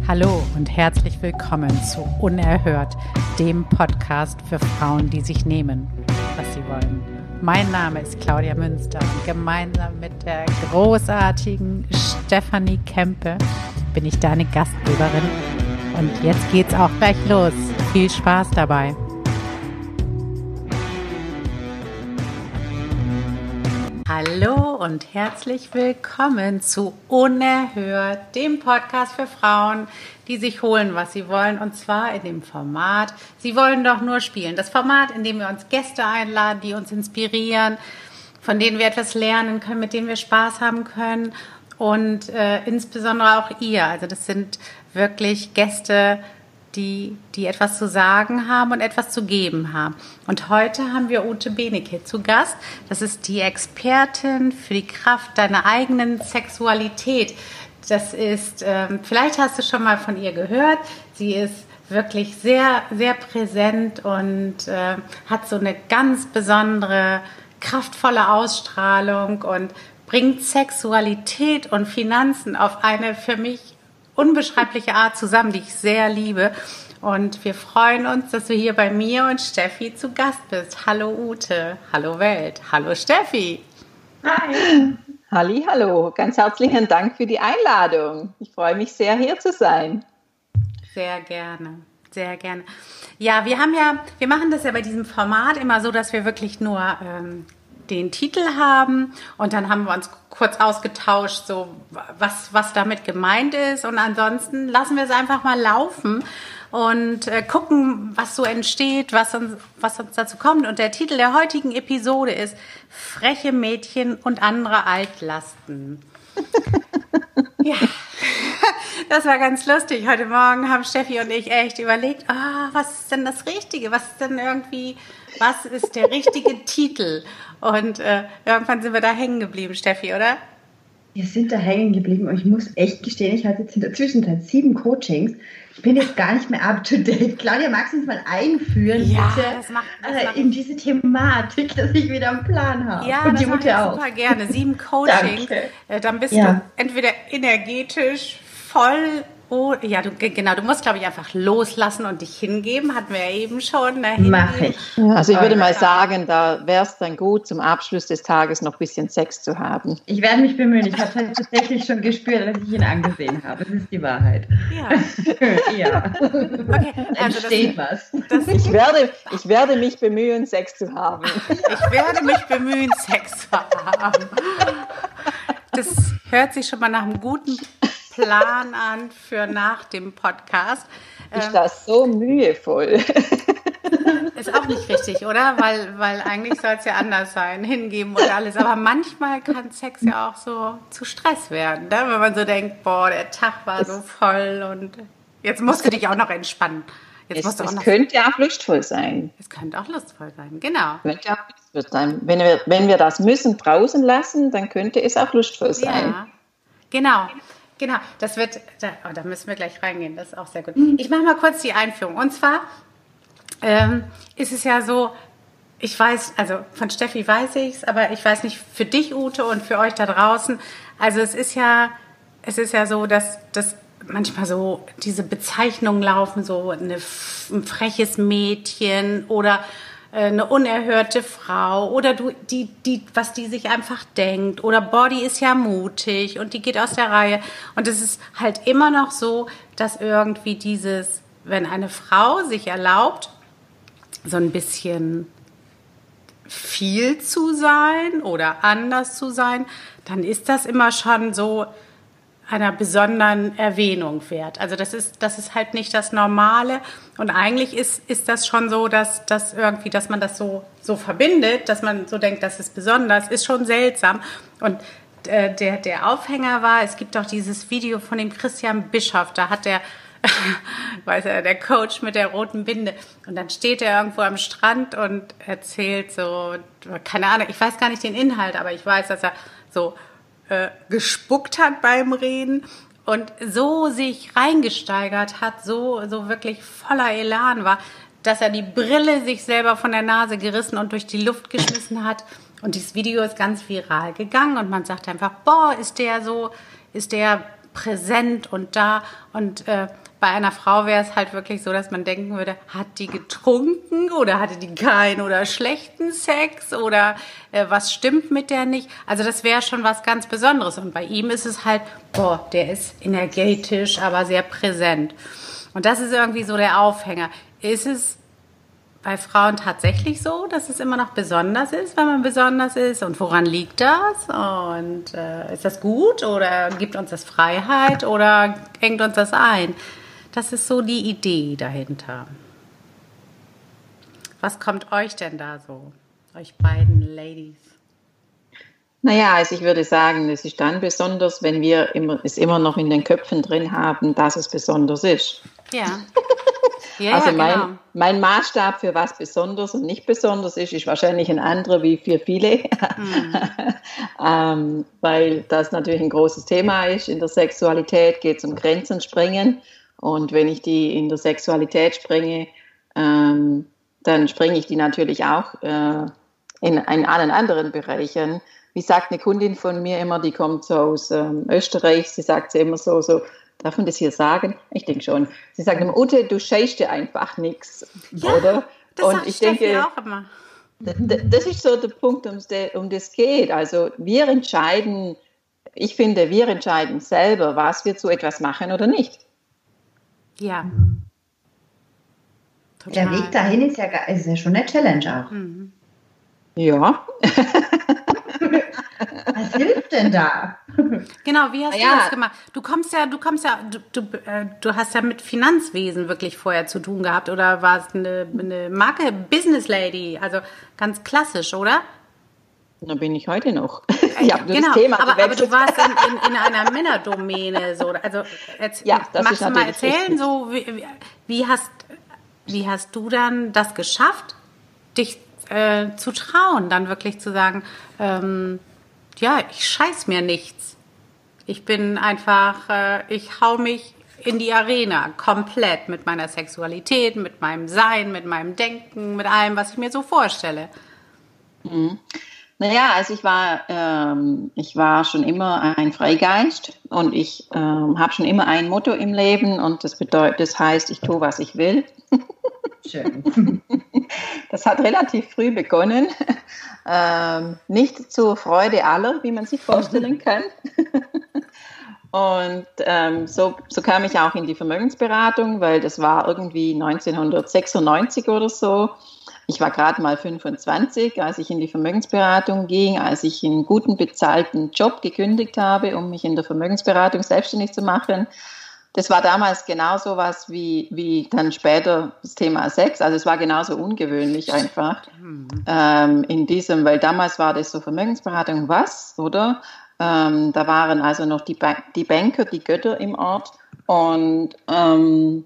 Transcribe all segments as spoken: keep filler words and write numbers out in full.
Hallo und herzlich willkommen zu Unerhört, dem Podcast für Frauen, die sich nehmen, was sie wollen. Mein Name ist Claudia Münster und gemeinsam mit der großartigen Stefanie Kempe bin ich deine Gastgeberin. Und jetzt geht's auch gleich los. Viel Spaß dabei. Hallo und herzlich willkommen zu Unerhört, dem Podcast für Frauen, die sich holen, was sie wollen. Und zwar in dem Format, sie wollen doch nur spielen. Das Format, in dem wir uns Gäste einladen, die uns inspirieren, von denen wir etwas lernen können, mit denen wir Spaß haben können. Und äh, insbesondere auch ihr. Also das sind wirklich Gäste, die, die etwas zu sagen haben und etwas zu geben haben. Und heute haben wir Ute Benecke zu Gast. Das ist die Expertin für die Kraft deiner eigenen Sexualität. Das ist, ähm, vielleicht hast du schon mal von ihr gehört. Sie ist wirklich sehr, sehr präsent und äh, hat so eine ganz besondere, kraftvolle Ausstrahlung und bringt Sexualität und Finanzen auf eine für mich unbeschreibliche Art zusammen, die ich sehr liebe. Und wir freuen uns, dass du hier bei mir und Steffi zu Gast bist. Hallo Ute, hallo Welt, hallo Steffi. Hi. Halli, hallo, ganz herzlichen Dank für die Einladung. Ich freue mich sehr, hier zu sein. Sehr gerne, sehr gerne. Ja, wir haben ja, wir machen das ja bei diesem Format immer so, dass wir wirklich nur ähm, den Titel haben und dann haben wir uns kurz ausgetauscht, so was, was damit gemeint ist, und ansonsten lassen wir es einfach mal laufen und äh, gucken, was so entsteht, was uns, was uns dazu kommt. Und der Titel der heutigen Episode ist Freche Mädchen und andere Altlasten. Ja, das war ganz lustig. Heute Morgen haben Steffi und ich echt überlegt, ah, was ist denn das Richtige? Was ist denn irgendwie, was ist der richtige Titel? Und äh, irgendwann sind wir da hängen geblieben, Steffi, oder? Wir sind da hängen geblieben und ich muss echt gestehen, ich hatte jetzt in der Zwischenzeit sieben Coachings. Ich bin jetzt gar nicht mehr up to date. Claudia, magst du uns mal einführen, ja, bitte, das macht, das äh, macht in diese Thematik, dass ich wieder einen Plan habe? Ja, und das die mache ich Ute auch. super gerne. Sieben Coachings, äh, dann bist ja. du entweder energetisch voll. Oh, ja, du, genau, du musst, glaube ich, einfach loslassen und dich hingeben, hatten wir ja eben schon. Ne, Mach ich. Ja, also ich würde mal sagen, da wäre es dann gut, zum Abschluss des Tages noch ein bisschen Sex zu haben. Ich werde mich bemühen. Ich habe es tatsächlich schon gespürt, als ich ihn angesehen habe. Das ist die Wahrheit. Ja. ja. Okay, also Entsteht das, was. Das, ich, werde, ich werde mich bemühen, Sex zu haben. Ich werde mich bemühen, Sex zu haben. Das hört sich schon mal nach einem guten Plan an für nach dem Podcast. Ist das so mühevoll? Ist auch nicht richtig, oder? Weil, weil eigentlich soll es ja anders sein, hingeben und alles. Aber manchmal kann Sex ja auch so zu Stress werden, ne? Wenn man so denkt, boah, der Tag war so voll und jetzt musst du dich auch noch entspannen. Jetzt es musst du auch es noch könnte ja auch lustvoll sein. Es könnte auch lustvoll sein, genau. Könnte auch lustvoll sein. Wenn wir, wenn wir das müssen draußen lassen, dann könnte es auch lustvoll sein. Ja, genau. Genau, das wird, da, oh, da müssen wir gleich reingehen, das ist auch sehr gut. Ich mache mal kurz die Einführung. Und zwar ähm, ist es ja so, ich weiß, also von Steffi weiß ich es, aber ich weiß nicht für dich, Ute, und für euch da draußen. Also es ist ja, es ist ja so, dass, dass manchmal so diese Bezeichnungen laufen, so eine, ein freches Mädchen oder eine unerhörte Frau oder du, die, die, was die sich einfach denkt, oder Body ist ja mutig und die geht aus der Reihe. Und es ist halt immer noch so, dass irgendwie dieses, wenn eine Frau sich erlaubt, so ein bisschen viel zu sein oder anders zu sein, dann ist das immer schon so einer besonderen Erwähnung wert. Also das ist, das ist halt nicht das Normale. Und eigentlich ist, ist das schon so, dass, dass irgendwie, dass man das so, so verbindet, dass man so denkt, das ist besonders, ist schon seltsam. Und äh, der, der Aufhänger war, es gibt auch dieses Video von dem Christian Bischoff, da hat der, weiß er, der Coach mit der roten Binde. Und dann steht er irgendwo am Strand und erzählt so, keine Ahnung, ich weiß gar nicht den Inhalt, aber ich weiß, dass er so äh, gespuckt hat beim Reden und so sich reingesteigert hat, so, so wirklich voller Elan war, dass er die Brille sich selber von der Nase gerissen und durch die Luft geschmissen hat. Und dieses Video ist ganz viral gegangen und man sagt einfach, boah, ist der so, ist der präsent und da. Und äh, bei einer Frau wäre es halt wirklich so, dass man denken würde, hat die getrunken oder hatte die keinen oder schlechten Sex oder äh, was stimmt mit der nicht? Also das wäre schon was ganz Besonderes. Und bei ihm ist es halt, boah, der ist energetisch, aber sehr präsent. Und das ist irgendwie so der Aufhänger. Ist es bei Frauen tatsächlich so, dass es immer noch besonders ist, wenn man besonders ist? Und woran liegt das? Und äh, ist das gut oder gibt uns das Freiheit oder engt uns das ein? Das ist so die Idee dahinter. Was kommt euch denn da so, euch beiden Ladies? Naja, also ich würde sagen, es ist dann besonders, wenn wir immer, es immer noch in den Köpfen drin haben, dass es besonders ist. Ja. Ja, also ja, mein, genau. mein Maßstab für was besonders und nicht besonders ist, ist wahrscheinlich ein anderer wie für viele, mhm. ähm, weil das natürlich ein großes Thema ist. In der Sexualität geht es um Grenzen sprengen und wenn ich die in der Sexualität sprenge, ähm, dann sprenge ich die natürlich auch äh, in, in allen anderen Bereichen. Wie sagt eine Kundin von mir immer, die kommt so aus ähm, Österreich, sie sagt sie immer so, so, darf man das hier sagen? Ich denke schon. Sie sagt immer, Ute, du scheißt dir einfach nichts, ja, oder? Das und ich denke, auch immer. Das ist so der Punkt, um das um das geht. Also wir entscheiden, ich finde, wir entscheiden selber, was wir zu etwas machen oder nicht. Ja. Total. Der Weg dahin ist ja, ist ja schon eine Challenge auch. Mhm. Ja. Was hilft denn da? Genau, wie hast ja. du das gemacht? Du kommst ja, du kommst ja, du, du, äh, du hast ja mit Finanzwesen wirklich vorher zu tun gehabt oder warst eine, eine Marke, Business Lady, also ganz klassisch, oder? Da bin ich heute noch. Ich habe genau, das Thema aber, aber du warst in, in, in einer Männerdomäne, so, also jetzt, ja, das magst ist du mal erzählen, richtig. so wie, wie hast, wie hast du dann das geschafft, dich äh, zu trauen, dann wirklich zu sagen, ähm, ja, ich scheiß mir nichts. Ich bin einfach, äh, ich hau mich in die Arena komplett mit meiner Sexualität, mit meinem Sein, mit meinem Denken, mit allem, was ich mir so vorstelle. Mhm. Naja, also ich war, ähm, ich war schon immer ein Freigeist und ich ähm, habe schon immer ein Motto im Leben und das bedeutet, das heißt, ich tue, was ich will. Schön. Das hat relativ früh begonnen. Ähm, nicht zur Freude aller, wie man sich vorstellen kann. Und ähm, so, so kam ich auch in die Vermögensberatung, weil das war irgendwie neunzehnhundertsechsundneunzig oder so. Ich war gerade mal fünfundzwanzig, als ich in die Vermögensberatung ging, als ich einen guten bezahlten Job gekündigt habe, um mich in der Vermögensberatung selbstständig zu machen. Das war damals genauso was wie, wie dann später das Thema Sex. Also es war genauso ungewöhnlich einfach mhm. ähm, in diesem, weil damals war das so Vermögensberatung, was, oder? Ähm, da waren also noch die, ba- die Banker, die Götter im Ort und ähm,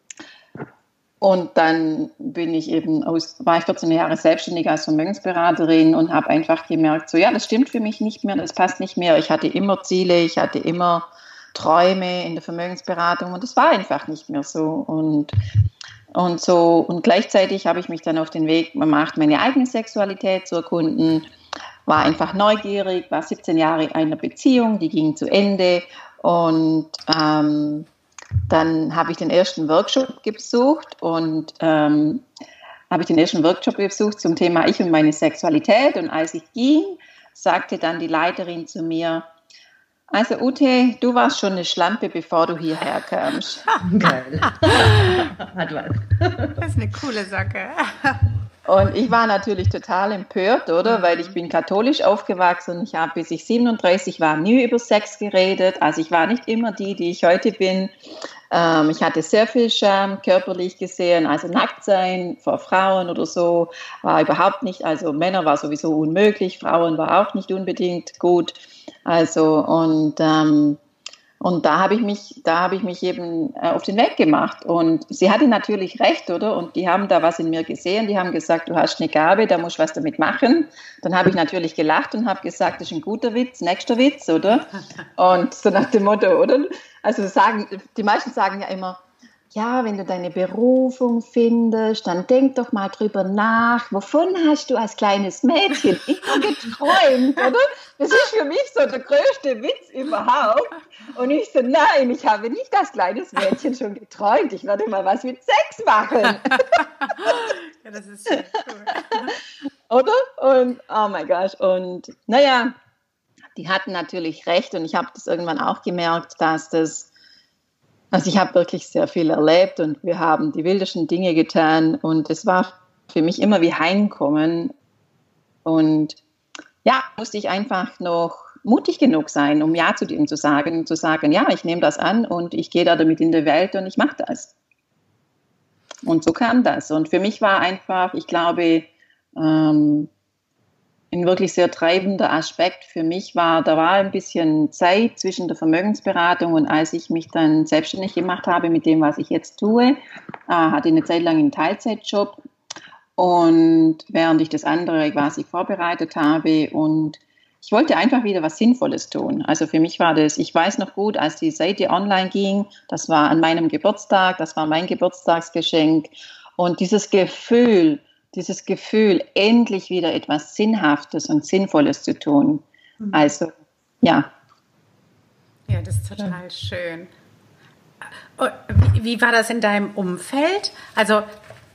Und dann bin ich eben aus, war ich vierzehn Jahre selbstständig als Vermögensberaterin und habe einfach gemerkt, so ja, das stimmt für mich nicht mehr, das passt nicht mehr. Ich hatte immer Ziele, ich hatte immer Träume in der Vermögensberatung und das war einfach nicht mehr so. Und, und so und gleichzeitig habe ich mich dann auf den Weg gemacht, meine eigene Sexualität zu erkunden, war einfach neugierig, war siebzehn Jahre in einer Beziehung, die ging zu Ende und ähm, dann habe ich den ersten Workshop besucht und ähm, habe ich den ersten Workshop besucht zum Thema Ich und meine Sexualität. Und als ich ging, sagte dann die Leiterin zu mir, also Ute, du warst schon eine Schlampe, bevor du hierher kamst. Geil. Hat was. Das ist eine coole Sache. Und ich war natürlich total empört, oder? Mhm. Weil ich bin katholisch aufgewachsen. Ich habe, bis ich siebenunddreißig war, nie über Sex geredet. Also ich war nicht immer die, die ich heute bin. Ähm, ich hatte sehr viel Scham, körperlich gesehen. Also nackt sein vor Frauen oder so war überhaupt nicht. Also Männer war sowieso unmöglich. Frauen war auch nicht unbedingt gut. Also und ähm, Und da habe ich mich, da habe ich mich eben äh, auf den Weg gemacht. Und sie hatte natürlich recht, oder? Und die haben da was in mir gesehen. Die haben gesagt, du hast eine Gabe, da musst du was damit machen. Dann habe ich natürlich gelacht und habe gesagt, das ist ein guter Witz, nächster Witz, oder? Und so nach dem Motto, oder? Also sagen, die meisten sagen ja immer, ja, wenn du deine Berufung findest, dann denk doch mal drüber nach, wovon hast du als kleines Mädchen immer geträumt, oder? Das ist für mich so der größte Witz überhaupt. Und ich so, nein, ich habe nicht als kleines Mädchen schon geträumt, ich werde mal was mit Sex machen. Ja, das ist so cool. Oder? Und, oh mein Gott, und naja, die hatten natürlich recht und ich habe das irgendwann auch gemerkt, dass das, also ich habe wirklich sehr viel erlebt und wir haben die wildesten Dinge getan und es war für mich immer wie Heimkommen und ja, musste ich einfach noch mutig genug sein, um Ja zu dem zu sagen, zu sagen, ja, ich nehme das an und ich gehe da damit in die Welt und ich mache das. Und so kam das und für mich war einfach, ich glaube, ähm, ein wirklich sehr treibender Aspekt für mich war, da war ein bisschen Zeit zwischen der Vermögensberatung und als ich mich dann selbstständig gemacht habe mit dem, was ich jetzt tue, äh, hatte ich eine Zeit lang einen Teilzeitjob und während ich das andere quasi vorbereitet habe und ich wollte einfach wieder was Sinnvolles tun. Also für mich war das, ich weiß noch gut, als die Seite online ging, das war an meinem Geburtstag, das war mein Geburtstagsgeschenk und dieses Gefühl, dieses Gefühl, endlich wieder etwas Sinnhaftes und Sinnvolles zu tun. Mhm. Also, ja. Ja, das ist total schön. Wie war das in deinem Umfeld? Also,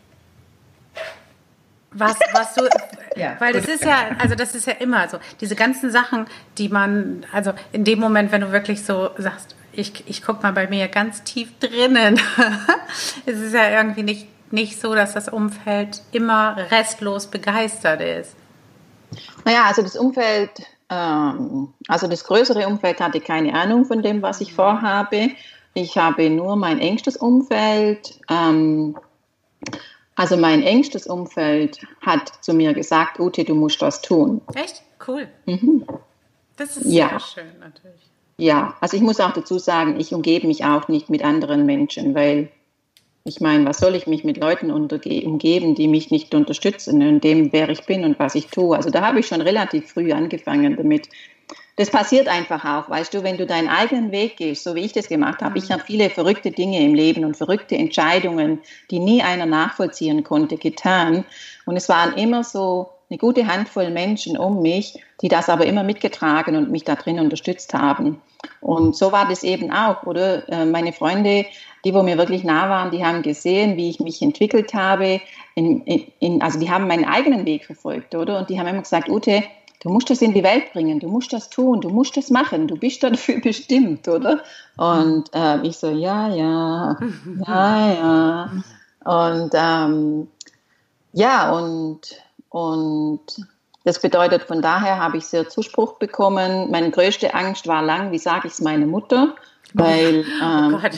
was, was du, ja, weil das ist ja, also das ist ja immer so, diese ganzen Sachen, die man, also in dem Moment, wenn du wirklich so sagst, ich, ich guck mal bei mir ganz tief drinnen, es ist ja irgendwie nicht nicht so, dass das Umfeld immer restlos begeistert ist. Naja, also das Umfeld, ähm, also das größere Umfeld hatte keine Ahnung von dem, was ich vorhabe. Ich habe nur mein engstes Umfeld, ähm, also mein engstes Umfeld hat zu mir gesagt, Ute, du musst was tun. Echt? Cool. Mhm. Das ist ja. sehr schön natürlich. Ja, also ich muss auch dazu sagen, ich umgebe mich auch nicht mit anderen Menschen, weil ich meine, was soll ich mich mit Leuten umgeben, die mich nicht unterstützen in dem, wer ich bin und was ich tue. Also da habe ich schon relativ früh angefangen damit. Das passiert einfach auch, weißt du, wenn du deinen eigenen Weg gehst, so wie ich das gemacht habe. Ich habe viele verrückte Dinge im Leben und verrückte Entscheidungen, die nie einer nachvollziehen konnte, getan. Und es waren immer so eine gute Handvoll Menschen um mich, die das aber immer mitgetragen und mich da drin unterstützt haben. Und so war das eben auch, oder? Meine Freunde, die, wo mir wirklich nah waren, die haben gesehen, wie ich mich entwickelt habe. In, in, also die haben meinen eigenen Weg verfolgt, oder? Und die haben immer gesagt, Ute, du musst das in die Welt bringen, du musst das tun, du musst das machen, du bist dafür bestimmt, oder? Und äh, ich so, ja, ja, ja, ja. Und ähm, ja, und, und das bedeutet, von daher habe ich sehr Zuspruch bekommen. Meine größte Angst war lang, wie sage ich es meiner Mutter? Weil, ähm, oh Gott.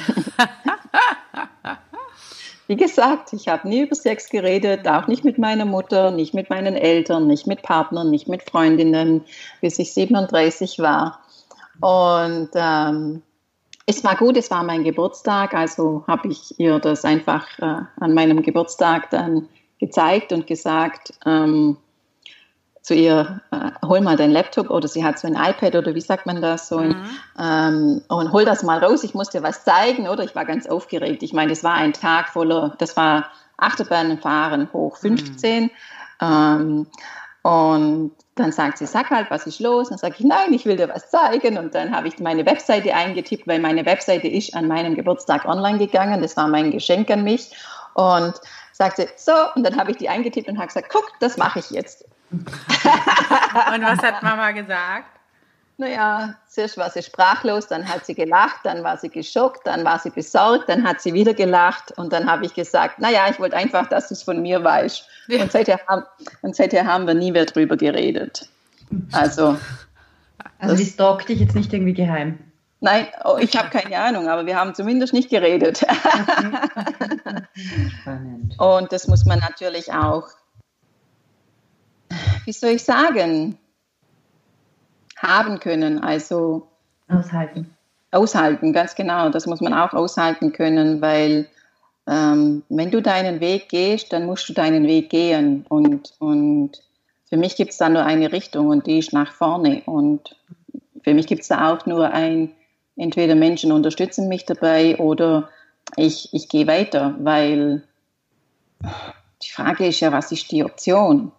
Wie gesagt, ich habe nie über Sex geredet, auch nicht mit meiner Mutter, nicht mit meinen Eltern, nicht mit Partnern, nicht mit Freundinnen, bis ich siebenunddreißig war. Und ähm, es war gut, es war mein Geburtstag, also habe ich ihr das einfach äh, an meinem Geburtstag dann gezeigt und gesagt, ähm, zu ihr, äh, hol mal dein Laptop, oder sie hat so ein iPad, oder wie sagt man das, so, mhm. ähm, und hol das mal raus, ich muss dir was zeigen, oder? Ich war ganz aufgeregt. Ich meine, das war ein Tag voller, das war Achterbahnfahren hoch fünfzehn, mhm. ähm, und dann sagt sie, sag halt, was ist los? Und dann sage ich, nein, ich will dir was zeigen, und dann habe ich meine Webseite eingetippt, weil meine Webseite ist an meinem Geburtstag online gegangen, das war mein Geschenk an mich, und sagte, so, und dann habe ich die eingetippt und habe gesagt, guck, das mache ich jetzt. Und was hat Mama gesagt? Naja, zuerst war sie sprachlos, dann hat sie gelacht, dann war sie geschockt, dann war sie besorgt, dann hat sie wieder gelacht und dann habe ich gesagt, naja, ich wollte einfach, dass du es von mir weißt. Ja. Und, seither haben, und seither haben wir nie mehr drüber geredet. Also, also die stalkt dich jetzt nicht irgendwie geheim? Nein, oh, ich habe keine Ahnung, aber wir haben zumindest nicht geredet. Spannend. Und das muss man natürlich auch, wie soll ich sagen, haben können, also aushalten. Aushalten, ganz genau, das muss man auch aushalten können, weil ähm, wenn du deinen Weg gehst, dann musst du deinen Weg gehen und, und für mich gibt es da nur eine Richtung und die ist nach vorne und für mich gibt es da auch nur ein, entweder Menschen unterstützen mich dabei oder ich, ich gehe weiter, weil die Frage ist ja, was ist die Option?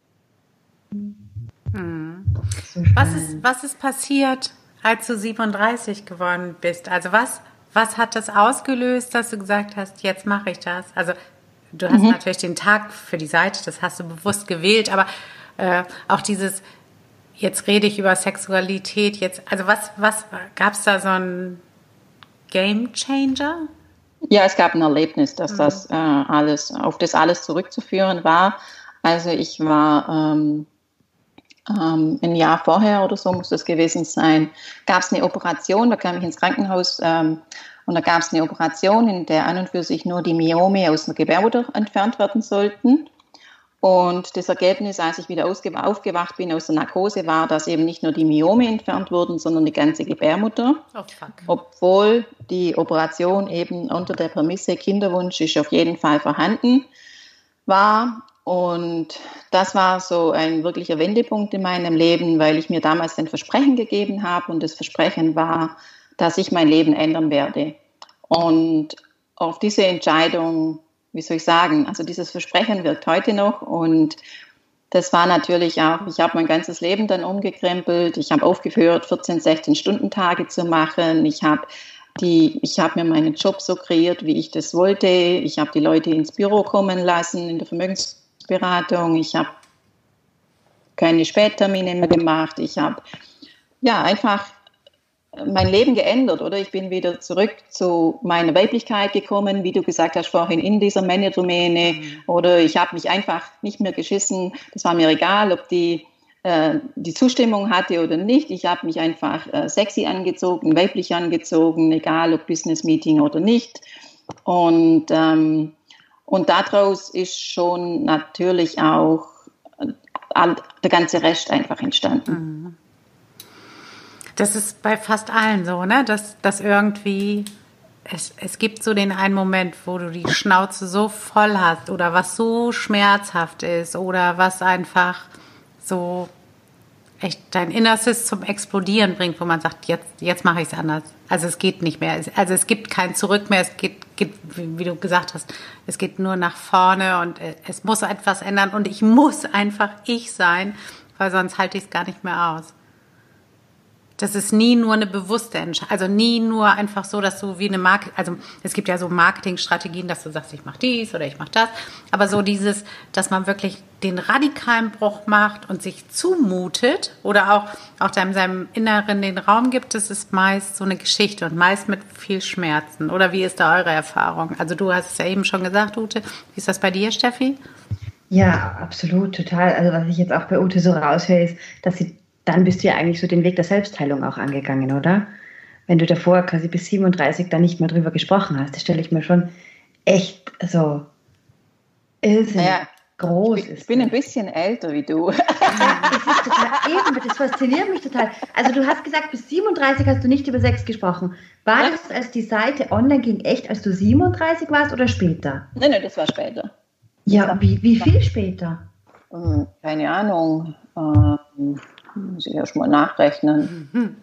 Hm. Was ist, was ist passiert, als du siebenunddreißig geworden bist? Also was, was hat das ausgelöst, dass du gesagt hast, jetzt mache ich das? Also du hast mhm. natürlich den Tag für die Seite, das hast du bewusst gewählt, aber äh, auch dieses, jetzt rede ich über Sexualität, jetzt, also was, was, gab es da so ein Game Changer? Ja, es gab ein Erlebnis, dass mhm. das äh, alles, auf das alles zurückzuführen war. Also ich war ähm, ähm, ein Jahr vorher oder so, muss das gewesen sein, gab es eine Operation, da kam ich ins Krankenhaus ähm, und da gab es eine Operation, in der an und für sich nur die Myome aus der Gebärmutter entfernt werden sollten. Und das Ergebnis, als ich wieder ausge- aufgewacht bin aus der Narkose, war, dass eben nicht nur die Myome entfernt wurden, sondern die ganze Gebärmutter. Oh, fuck. Obwohl die Operation eben unter der Prämisse Kinderwunsch ist auf jeden Fall vorhanden war. Und das war so ein wirklicher Wendepunkt in meinem Leben, weil ich mir damals ein Versprechen gegeben habe. Und das Versprechen war, dass ich mein Leben ändern werde. Und auf diese Entscheidung, wie soll ich sagen, also dieses Versprechen wirkt heute noch und das war natürlich auch, ich habe mein ganzes Leben dann umgekrempelt, ich habe aufgehört, vierzehn, sechzehn Stunden Tage zu machen, ich habe die, ich habe mir meinen Job so kreiert, wie ich das wollte, ich habe die Leute ins Büro kommen lassen in der Vermögensberatung, ich habe keine Spättermine mehr gemacht, ich habe ja einfach mein Leben geändert, oder? Ich bin wieder zurück zu meiner Weiblichkeit gekommen, wie du gesagt hast vorhin, in dieser Männerdomäne. Mhm. Oder ich habe mich einfach nicht mehr geschissen. Das war mir egal, ob die äh, die Zustimmung hatte oder nicht. Ich habe mich einfach äh, sexy angezogen, weiblich angezogen, egal ob Business Meeting oder nicht. Und, ähm, und daraus ist schon natürlich auch äh, der ganze Rest einfach entstanden. Mhm. Das ist bei fast allen so, ne? Dass, dass irgendwie, es, es gibt so den einen Moment, wo du die Schnauze so voll hast oder was so schmerzhaft ist oder was einfach so echt dein Innerstes zum Explodieren bringt, wo man sagt, jetzt, jetzt mache ich es anders. Also es geht nicht mehr. Also es gibt kein Zurück mehr. Es geht, geht, wie du gesagt hast, es geht nur nach vorne und es muss etwas ändern und ich muss einfach ich sein, weil sonst halte ich es gar nicht mehr aus. Das ist nie nur eine bewusste Entscheidung, also nie nur einfach so, dass du wie eine Marke, also es gibt ja so Marketingstrategien, dass du sagst, ich mache dies oder ich mache das, aber so dieses, dass man wirklich den radikalen Bruch macht und sich zumutet oder auch, auch deinem, seinem Inneren den Raum gibt, das ist meist so eine Geschichte und meist mit viel Schmerzen. Oder wie ist da eure Erfahrung? Also du hast es ja eben schon gesagt, Ute, wie ist das bei dir, Steffi? Ja, absolut, total. Also was ich jetzt auch bei Ute so raushöre, ist, dass sie dann bist du ja eigentlich so den Weg der Selbstheilung auch angegangen, oder? Wenn du davor quasi bis siebenunddreißig dann nicht mehr drüber gesprochen hast, das stelle ich mir schon echt so irrsinnig naja, groß. Ich bin, ich bin ein bisschen älter wie du. Das ist total eben, das fasziniert mich total. Also du hast gesagt, bis siebenunddreißig hast du nicht über Sex gesprochen. War ja. das, als die Seite online ging, echt, als du siebenunddreißig warst oder später? Nein, nein, das war später. Ja, wie, wie viel später? Keine Ahnung. Ähm, muss ich erst mal nachrechnen. Mhm.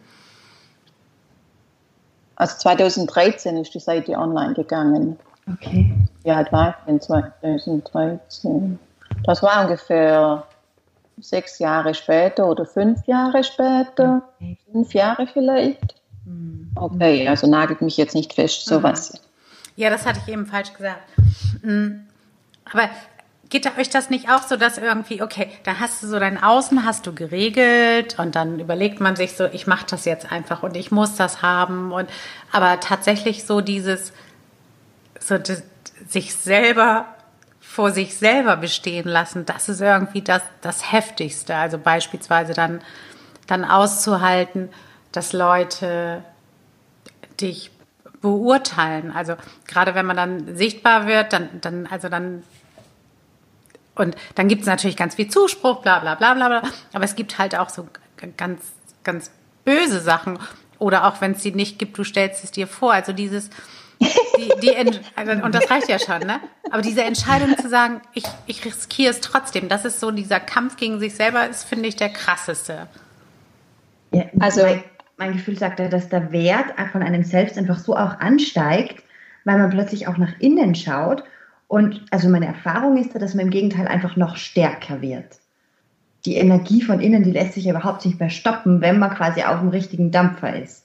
Also zweitausenddreizehn ist die Seite online gegangen. Okay. Wie alt war ich denn zweitausenddreizehn? Das war ungefähr sechs Jahre später oder fünf Jahre später. Okay. Fünf Jahre vielleicht. Mhm. Okay, also nagelt mich jetzt nicht fest, sowas. Ja, das hatte ich eben falsch gesagt. Aber geht euch das nicht auch so, dass irgendwie, okay, da hast du so dein Außen, hast du geregelt und dann überlegt man sich so, ich mache das jetzt einfach und ich muss das haben. Und aber tatsächlich so dieses, so das, sich selber vor sich selber bestehen lassen, das ist irgendwie das, das Heftigste. Also beispielsweise dann, dann auszuhalten, dass Leute dich beurteilen. Also gerade wenn man dann sichtbar wird, dann, dann also dann und dann gibt es natürlich ganz viel Zuspruch, bla bla bla bla bla. Aber es gibt halt auch so ganz, ganz böse Sachen. Oder auch wenn es sie nicht gibt, du stellst es dir vor. Also dieses, die, die also, und das reicht ja schon, ne? Aber diese Entscheidung zu sagen, ich, ich riskiere es trotzdem, das ist so, dieser Kampf gegen sich selber ist, finde ich, der krasseste. Ja, also mein, mein Gefühl sagt ja, dass der Wert von einem selbst einfach so auch ansteigt, weil man plötzlich auch nach innen schaut. Und also meine Erfahrung ist da, dass man im Gegenteil einfach noch stärker wird. Die Energie von innen, die lässt sich ja überhaupt nicht mehr stoppen, wenn man quasi auf dem richtigen Dampfer ist.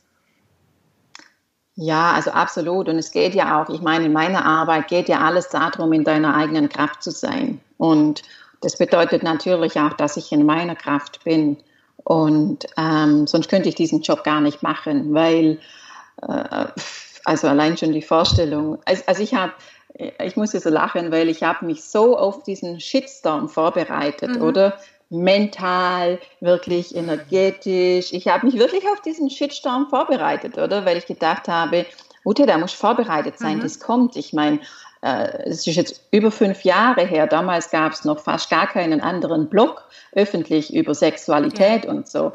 Ja, also absolut. Und es geht ja auch, ich meine, in meiner Arbeit geht ja alles darum, in deiner eigenen Kraft zu sein. Und das bedeutet natürlich auch, dass ich in meiner Kraft bin. Und ähm, sonst könnte ich diesen Job gar nicht machen, weil, äh, also allein schon die Vorstellung, also, also ich habe, ich muss ja so lachen, weil ich habe mich so auf diesen Shitstorm vorbereitet, mhm. oder? Mental, wirklich energetisch. Ich habe mich wirklich auf diesen Shitstorm vorbereitet, oder? Weil ich gedacht habe, Ute, da muss vorbereitet sein, mhm. das kommt. Ich meine, es ist jetzt über fünf Jahre her. Damals gab es noch fast gar keinen anderen Blog öffentlich über Sexualität ja. und so.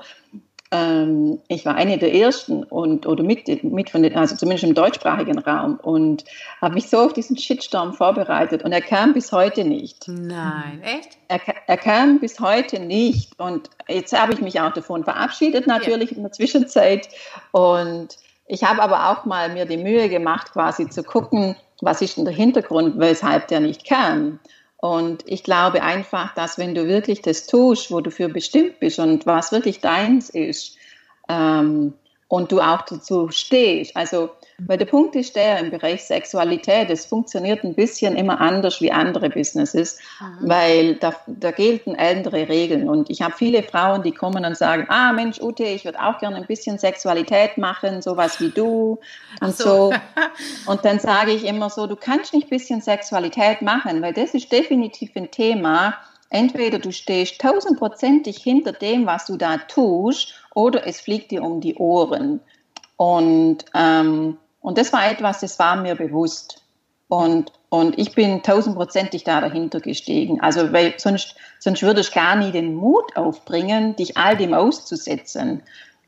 Ähm, ich war eine der ersten und oder mit, mit von den, also zumindest im deutschsprachigen Raum und habe mich so auf diesen Shitstorm vorbereitet und er kam bis heute nicht. Nein, echt? Er, er kam bis heute nicht und jetzt habe ich mich auch davon verabschiedet natürlich ja. in der Zwischenzeit und ich habe aber auch mal mir die Mühe gemacht, quasi zu gucken, was ist denn der Hintergrund, weshalb der nicht kam. Und ich glaube einfach, dass wenn du wirklich das tust, wo du für bestimmt bist und was wirklich deins ist ähm, und du auch dazu stehst, also weil der Punkt ist der, im Bereich Sexualität, es funktioniert ein bisschen immer anders wie andere Businesses, mhm. weil da, da gelten andere Regeln und ich habe viele Frauen, die kommen und sagen, ah Mensch Ute, ich würde auch gerne ein bisschen Sexualität machen, sowas wie du und so. so und dann sage ich immer so, du kannst nicht ein bisschen Sexualität machen, weil das ist definitiv ein Thema, entweder du stehst tausendprozentig hinter dem, was du da tust oder es fliegt dir um die Ohren und ähm, Und das war etwas, das war mir bewusst. Und, und ich bin tausendprozentig da dahinter gestiegen. Also, weil sonst, sonst würde ich gar nie den Mut aufbringen, dich all dem auszusetzen.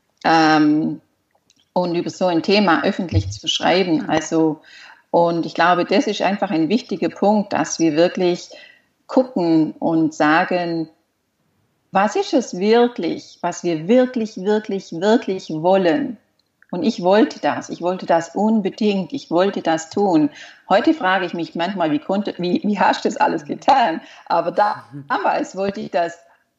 Ähm, und über so ein Thema öffentlich zu schreiben. Also, und ich glaube, das ist einfach ein wichtiger Punkt, dass wir wirklich gucken und sagen, was ist es wirklich, was wir wirklich, wirklich, wirklich wollen? Und ich wollte das, ich wollte das unbedingt, ich wollte das tun. Heute frage ich mich manchmal, wie, konnte, wie, wie hast du das alles getan? Aber damals wollte ich das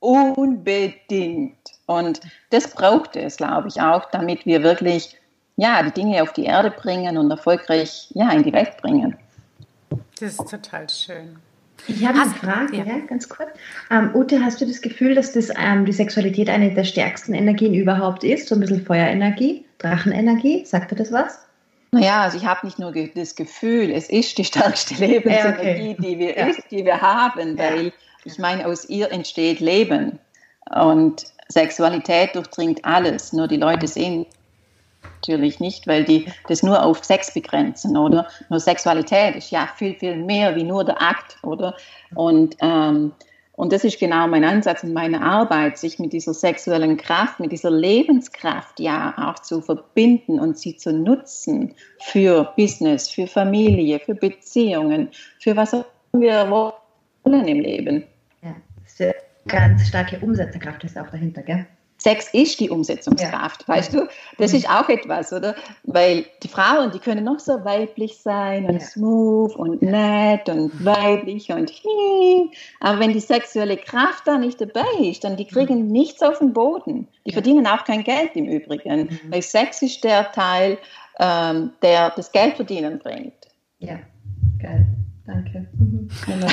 unbedingt. Und das brauchte es, glaube ich, auch, damit wir wirklich ja, die Dinge auf die Erde bringen und erfolgreich ja, in die Welt bringen. Das ist total schön. Ich habe eine Frage, ja. Ja, ganz kurz. Ähm, Ute, hast du das Gefühl, dass das, ähm, die Sexualität eine der stärksten Energien überhaupt ist? So ein bisschen Feuerenergie, Drachenenergie? Sagt dir das was? Naja, also ich habe nicht nur ge- das Gefühl, es ist die stärkste Lebensenergie, ja, okay. die, wir ja. ist, die wir haben, weil ja. ich meine, aus ihr entsteht Leben und Sexualität durchdringt alles, nur die Leute sehen natürlich nicht, weil die das nur auf Sex begrenzen, oder? Nur Sexualität ist ja viel, viel mehr wie nur der Akt, oder? Und, ähm, und das ist genau mein Ansatz in meiner Arbeit, sich mit dieser sexuellen Kraft, mit dieser Lebenskraft ja auch zu verbinden und sie zu nutzen für Business, für Familie, für Beziehungen, für was wir wollen im Leben. Ja, das ist eine ganz starke Umsetzerkraft ist auch dahinter, gell? Sex ist die Umsetzungskraft, ja. Weißt du? Das ist auch etwas, oder? Weil die Frauen, die können noch so weiblich sein und ja. smooth und nett und weiblich und hi. Aber wenn die sexuelle Kraft da nicht dabei ist, dann die kriegen mhm. nichts auf den Boden. Die ja. verdienen auch kein Geld im Übrigen. Mhm. Weil Sex ist der Teil, ähm, der das Geld verdienen bringt. Ja, geil. Danke. Mhm.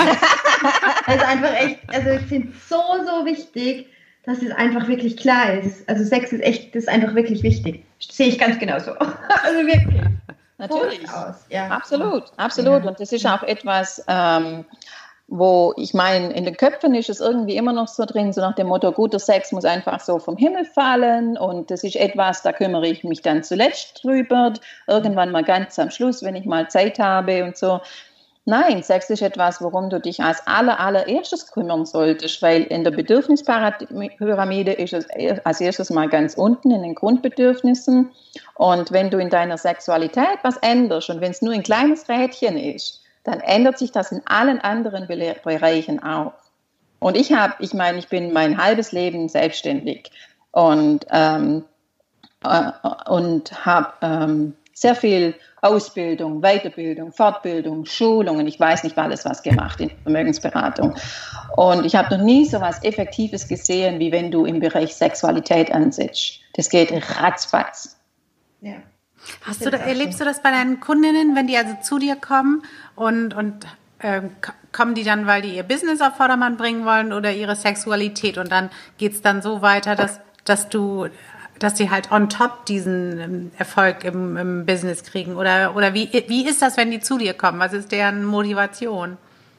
Also einfach echt, also ich finde es so, so wichtig, dass es einfach wirklich klar ist. Also Sex ist echt, das ist einfach wirklich wichtig. Das sehe ich ganz genauso. Also wirklich. Natürlich. Aus. Ja. Absolut, absolut. Ja. Und das ist auch etwas, ähm, wo ich meine, in den Köpfen ist es irgendwie immer noch so drin, so nach dem Motto, guter Sex muss einfach so vom Himmel fallen und das ist etwas, da kümmere ich mich dann zuletzt drüber, irgendwann mal ganz am Schluss, wenn ich mal Zeit habe und so. Nein, Sex ist etwas, worum du dich als aller, allererstes kümmern solltest, weil in der Bedürfnispyramide ist es als erstes mal ganz unten in den Grundbedürfnissen und wenn du in deiner Sexualität was änderst und wenn es nur ein kleines Rädchen ist, dann ändert sich das in allen anderen Bereichen auch. Und ich habe, ich meine, ich bin mein halbes Leben selbstständig und, ähm, äh, und habe ähm, sehr viel Ausbildung, Weiterbildung, Fortbildung, Schulungen, ich weiß nicht alles was gemacht in Vermögensberatung. Und ich habe noch nie so was Effektives gesehen, wie wenn du im Bereich Sexualität ansetzt. Das geht ratzfatz. Ja. Hast du da, erlebst du das bei deinen Kundinnen, wenn die also zu dir kommen und, und äh, kommen die dann, weil die ihr Business auf Vordermann bringen wollen oder ihre Sexualität und dann geht es dann so weiter, dass, dass du, dass sie halt on top diesen Erfolg im, im Business kriegen? Oder, oder wie, wie ist das, wenn die zu dir kommen? Was ist deren Motivation?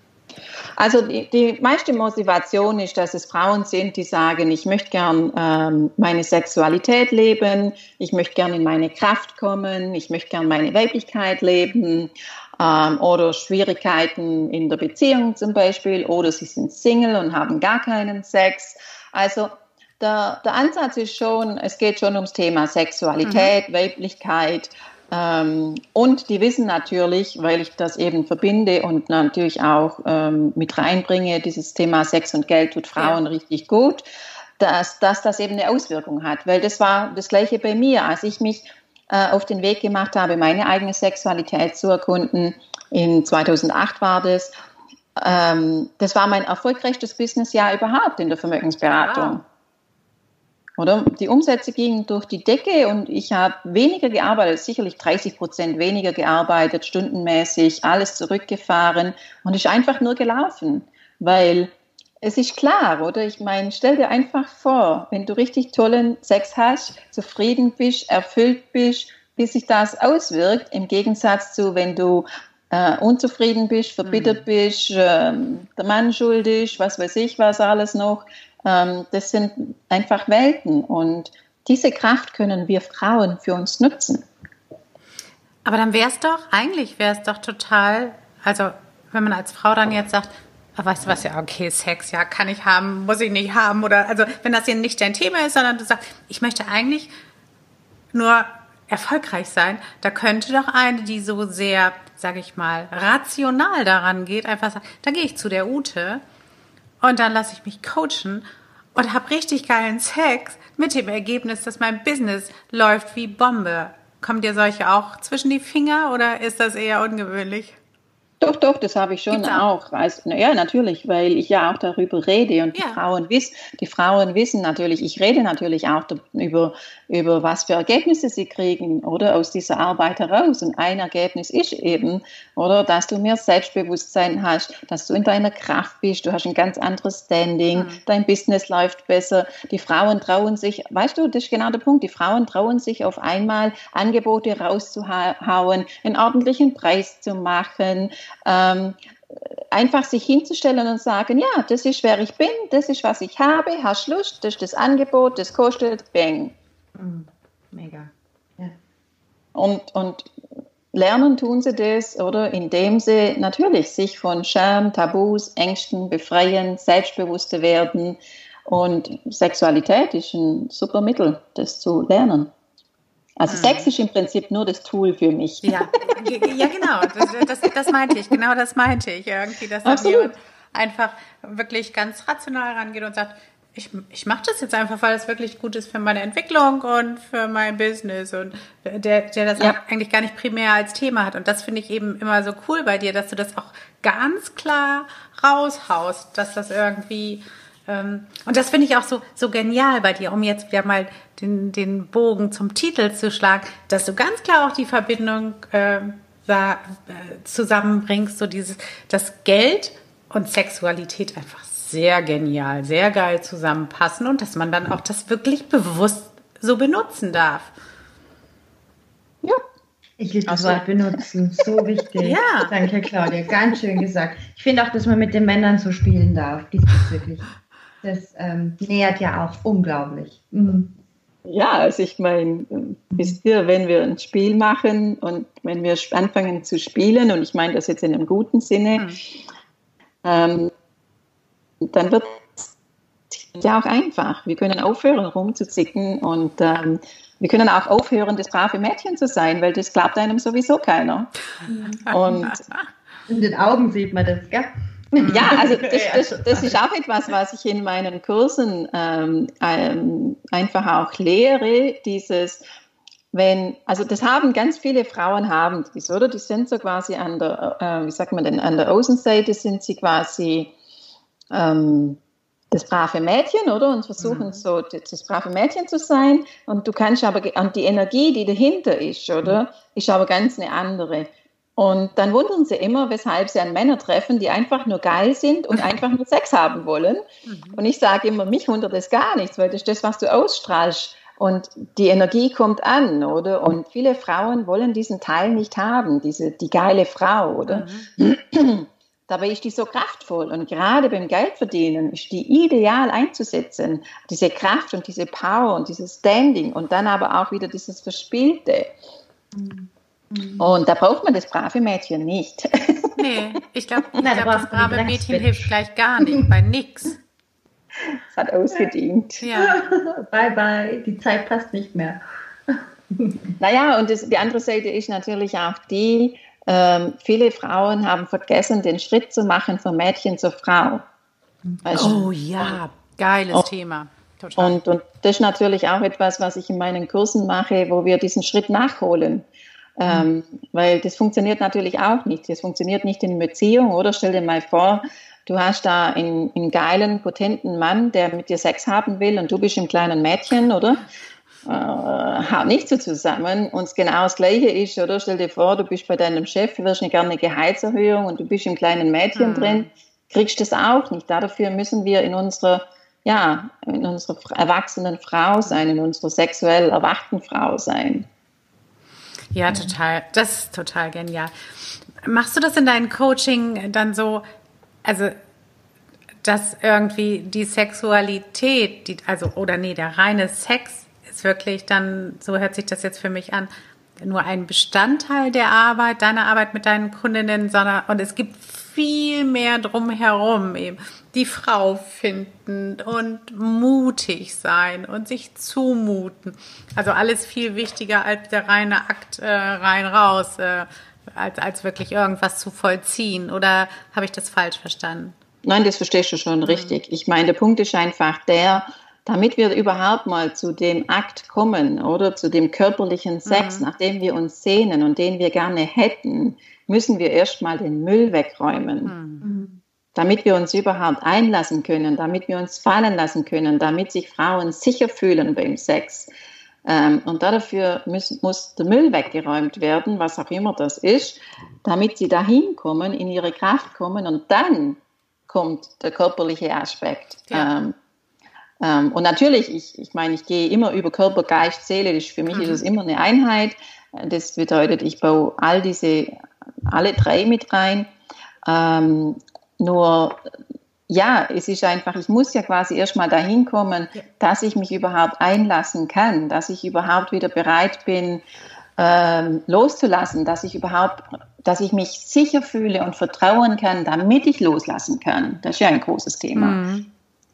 Also die, die meiste Motivation ist, dass es Frauen sind, die sagen, ich möchte gern ähm, meine Sexualität leben, ich möchte gern in meine Kraft kommen, ich möchte gern meine Weiblichkeit leben ähm, oder Schwierigkeiten in der Beziehung zum Beispiel oder sie sind Single und haben gar keinen Sex. Also der, der Ansatz ist schon, es geht schon ums Thema Sexualität, mhm. Weiblichkeit. Ähm, und die wissen natürlich, weil ich das eben verbinde und natürlich auch ähm, mit reinbringe, dieses Thema Sex und Geld tut Frauen ja. richtig gut, dass, dass das eben eine Auswirkung hat. Weil das war das Gleiche bei mir, als ich mich äh, auf den Weg gemacht habe, meine eigene Sexualität zu erkunden. In zweitausendacht war das. Ähm, das war mein erfolgreichstes Businessjahr überhaupt in der Vermögensberatung. Wow. Oder? Die Umsätze gingen durch die Decke und ich habe weniger gearbeitet, sicherlich dreißig Prozent weniger gearbeitet, stundenmäßig, alles zurückgefahren und ist einfach nur gelaufen, weil es ist klar, oder? Ich meine, stell dir einfach vor, wenn du richtig tollen Sex hast, zufrieden bist, erfüllt bist, wie sich das auswirkt, im Gegensatz zu, wenn du äh, unzufrieden bist, verbittert mhm. bist, äh, der Mann schuldig, was weiß ich, was alles noch. Das sind einfach Welten und diese Kraft können wir Frauen für uns nutzen. Aber dann wäre es doch, eigentlich wäre es doch total, also wenn man als Frau dann jetzt sagt, ah, weißt du was, ja okay, Sex, ja kann ich haben, muss ich nicht haben oder also wenn das hier nicht dein Thema ist, sondern du sagst, ich möchte eigentlich nur erfolgreich sein, da könnte doch eine, die so sehr, sage ich mal, rational daran geht, einfach sagen, da gehe ich zu der Ute und dann lasse ich mich coachen und habe richtig geilen Sex mit dem Ergebnis, dass mein Business läuft wie Bombe. Kommen dir solche auch zwischen die Finger oder ist das eher ungewöhnlich? Doch, doch, das habe ich schon auch. auch. Also, ja, natürlich, weil ich ja auch darüber rede und die, ja. Frauen wissen, die Frauen wissen natürlich, ich rede natürlich auch über, über was für Ergebnisse sie kriegen oder aus dieser Arbeit heraus. Und ein Ergebnis ist eben, oder, dass du mehr Selbstbewusstsein hast, dass du in deiner Kraft bist, du hast ein ganz anderes Standing, mhm. dein Business läuft besser. Die Frauen trauen sich, weißt du, das ist genau der Punkt, die Frauen trauen sich auf einmal Angebote rauszuhauen, einen ordentlichen Preis zu machen, Ähm, einfach sich hinzustellen und sagen, ja, das ist, wer ich bin, das ist, was ich habe, hast Lust, das ist das Angebot, das kostet, bang. Mm, mega. Ja. Und, und lernen tun sie das, oder, indem sie natürlich sich von Scham, Tabus, Ängsten befreien, selbstbewusster werden und Sexualität ist ein super Mittel, das zu lernen. Also hm. Sex ist im Prinzip nur das Tool für mich. Ja, ja genau, das, das, das meinte ich, genau das meinte ich irgendwie, dass dann jemand einfach wirklich ganz rational rangeht und sagt, ich, ich mache das jetzt einfach, weil es wirklich gut ist für meine Entwicklung und für mein Business und der, der das ja. eigentlich gar nicht primär als Thema hat. Und das finde ich eben immer so cool bei dir, dass du das auch ganz klar raushaust, dass das irgendwie... Und das finde ich auch so, so genial bei dir, um jetzt wieder mal den, den Bogen zum Titel zu schlagen, dass du ganz klar auch die Verbindung äh, da, äh, zusammenbringst, so dieses, dass Geld und Sexualität einfach sehr genial, sehr geil zusammenpassen und dass man dann auch das wirklich bewusst so benutzen darf. Ja. Ich liebe das Wort benutzen, so wichtig. Ja. Danke, Claudia, ganz schön gesagt. Ich finde auch, dass man mit den Männern so spielen darf, diesbezüglich. Das ähm, nährt ja auch unglaublich. Mhm. Ja, also ich meine, wisst ihr, wenn wir ein Spiel machen und wenn wir anfangen zu spielen, und ich meine das jetzt in einem guten Sinne, mhm. ähm, dann wird es ja auch einfach. Wir können aufhören, rumzuzicken und ähm, wir können auch aufhören, das brave Mädchen zu sein, weil das glaubt einem sowieso keiner. Mhm. Und in den Augen sieht man das, gell? Ja, also das, das, das ist auch etwas, was ich in meinen Kursen ähm, ähm, einfach auch lehre, dieses wenn, also das haben ganz viele Frauen haben dies, oder? Die sind so quasi an der, äh, wie sagt man denn, an der Außenseite sind sie quasi ähm, das brave Mädchen, oder? Und versuchen mhm. so das, das brave Mädchen zu sein. Und du kannst aber, und die Energie, die dahinter ist, oder? Mhm. Ist aber ganz eine andere. Und dann wundern sie immer, weshalb sie an Männer treffen, die einfach nur geil sind und einfach nur Sex haben wollen. Mhm. Und ich sage immer, mich wundert das gar nichts, weil das ist das, was du ausstrahlst. Und die Energie kommt an, oder? Und viele Frauen wollen diesen Teil nicht haben, diese, die geile Frau, oder? Mhm. Dabei ist die so kraftvoll. Und gerade beim Geldverdienen ist die ideal einzusetzen. Diese Kraft und diese Power und dieses Standing und dann aber auch wieder dieses Verspielte. Mhm. Und da braucht man das brave Mädchen nicht. Nee, ich glaube, glaub, das brave Mädchen hilft gleich gar nicht, bei nix. Es hat ausgedient. Ja. Bye, bye, die Zeit passt nicht mehr. Naja, und das, die andere Seite ist natürlich auch die, ähm, viele Frauen haben vergessen, den Schritt zu machen von Mädchen zur Frau. Weißt du? Oh ja, geiles und, Thema. Total. Und, und das ist natürlich auch etwas, was ich in meinen Kursen mache, wo wir diesen Schritt nachholen. Ähm, weil das funktioniert natürlich auch nicht. Das funktioniert nicht in Beziehung, oder? Stell dir mal vor, du hast da einen, einen geilen, potenten Mann, der mit dir Sex haben will und du bist im kleinen Mädchen, oder? Äh, haut nicht so zusammen. Und es genau das Gleiche ist, oder? Stell dir vor, du bist bei deinem Chef, du wirst eine gerne eine Gehaltserhöhung und du bist im kleinen Mädchen mhm. drin, kriegst das auch nicht. Dafür müssen wir in unserer, ja, in unserer erwachsenen Frau sein, in unserer sexuell erwachten Frau sein. Ja, total. Das ist total genial. Machst du das in deinem Coaching dann so, also, dass irgendwie die Sexualität, die, also, oder nee, der reine Sex ist wirklich dann, so hört sich das jetzt für mich an, nur ein Bestandteil der Arbeit, deiner Arbeit mit deinen Kundinnen, sondern, und es gibt viel mehr drumherum eben. Die Frau finden und mutig sein und sich zumuten. Also alles viel wichtiger als der reine Akt äh, rein raus, äh, als, als wirklich irgendwas zu vollziehen. Oder habe ich das falsch verstanden? Nein, das verstehst du schon mhm. richtig. Ich meine, der Punkt ist einfach der, damit wir überhaupt mal zu dem Akt kommen oder zu dem körperlichen Sex, mhm. nach dem wir uns sehnen und den wir gerne hätten, müssen wir erstmal den Müll wegräumen. Mhm. Damit wir uns überhaupt einlassen können, damit wir uns fallen lassen können, damit sich Frauen sicher fühlen beim Sex. Ähm, und dafür muss, muss der Müll weggeräumt werden, was auch immer das ist, damit sie dahin kommen, in ihre Kraft kommen und dann kommt der körperliche Aspekt. Ja. Ähm, ähm, und natürlich, ich, ich meine, ich gehe immer über Körper, Geist, Seele, das, für mich mhm. ist es immer eine Einheit. Das bedeutet, ich baue all diese, alle drei mit rein. Ähm, Nur, ja, es ist einfach, ich muss ja quasi erstmal dahin kommen, ja. dass ich mich überhaupt einlassen kann, dass ich überhaupt wieder bereit bin, ähm, loszulassen, dass ich überhaupt, dass ich mich sicher fühle und vertrauen kann, damit ich loslassen kann. Das ist ja ein großes Thema. Mhm.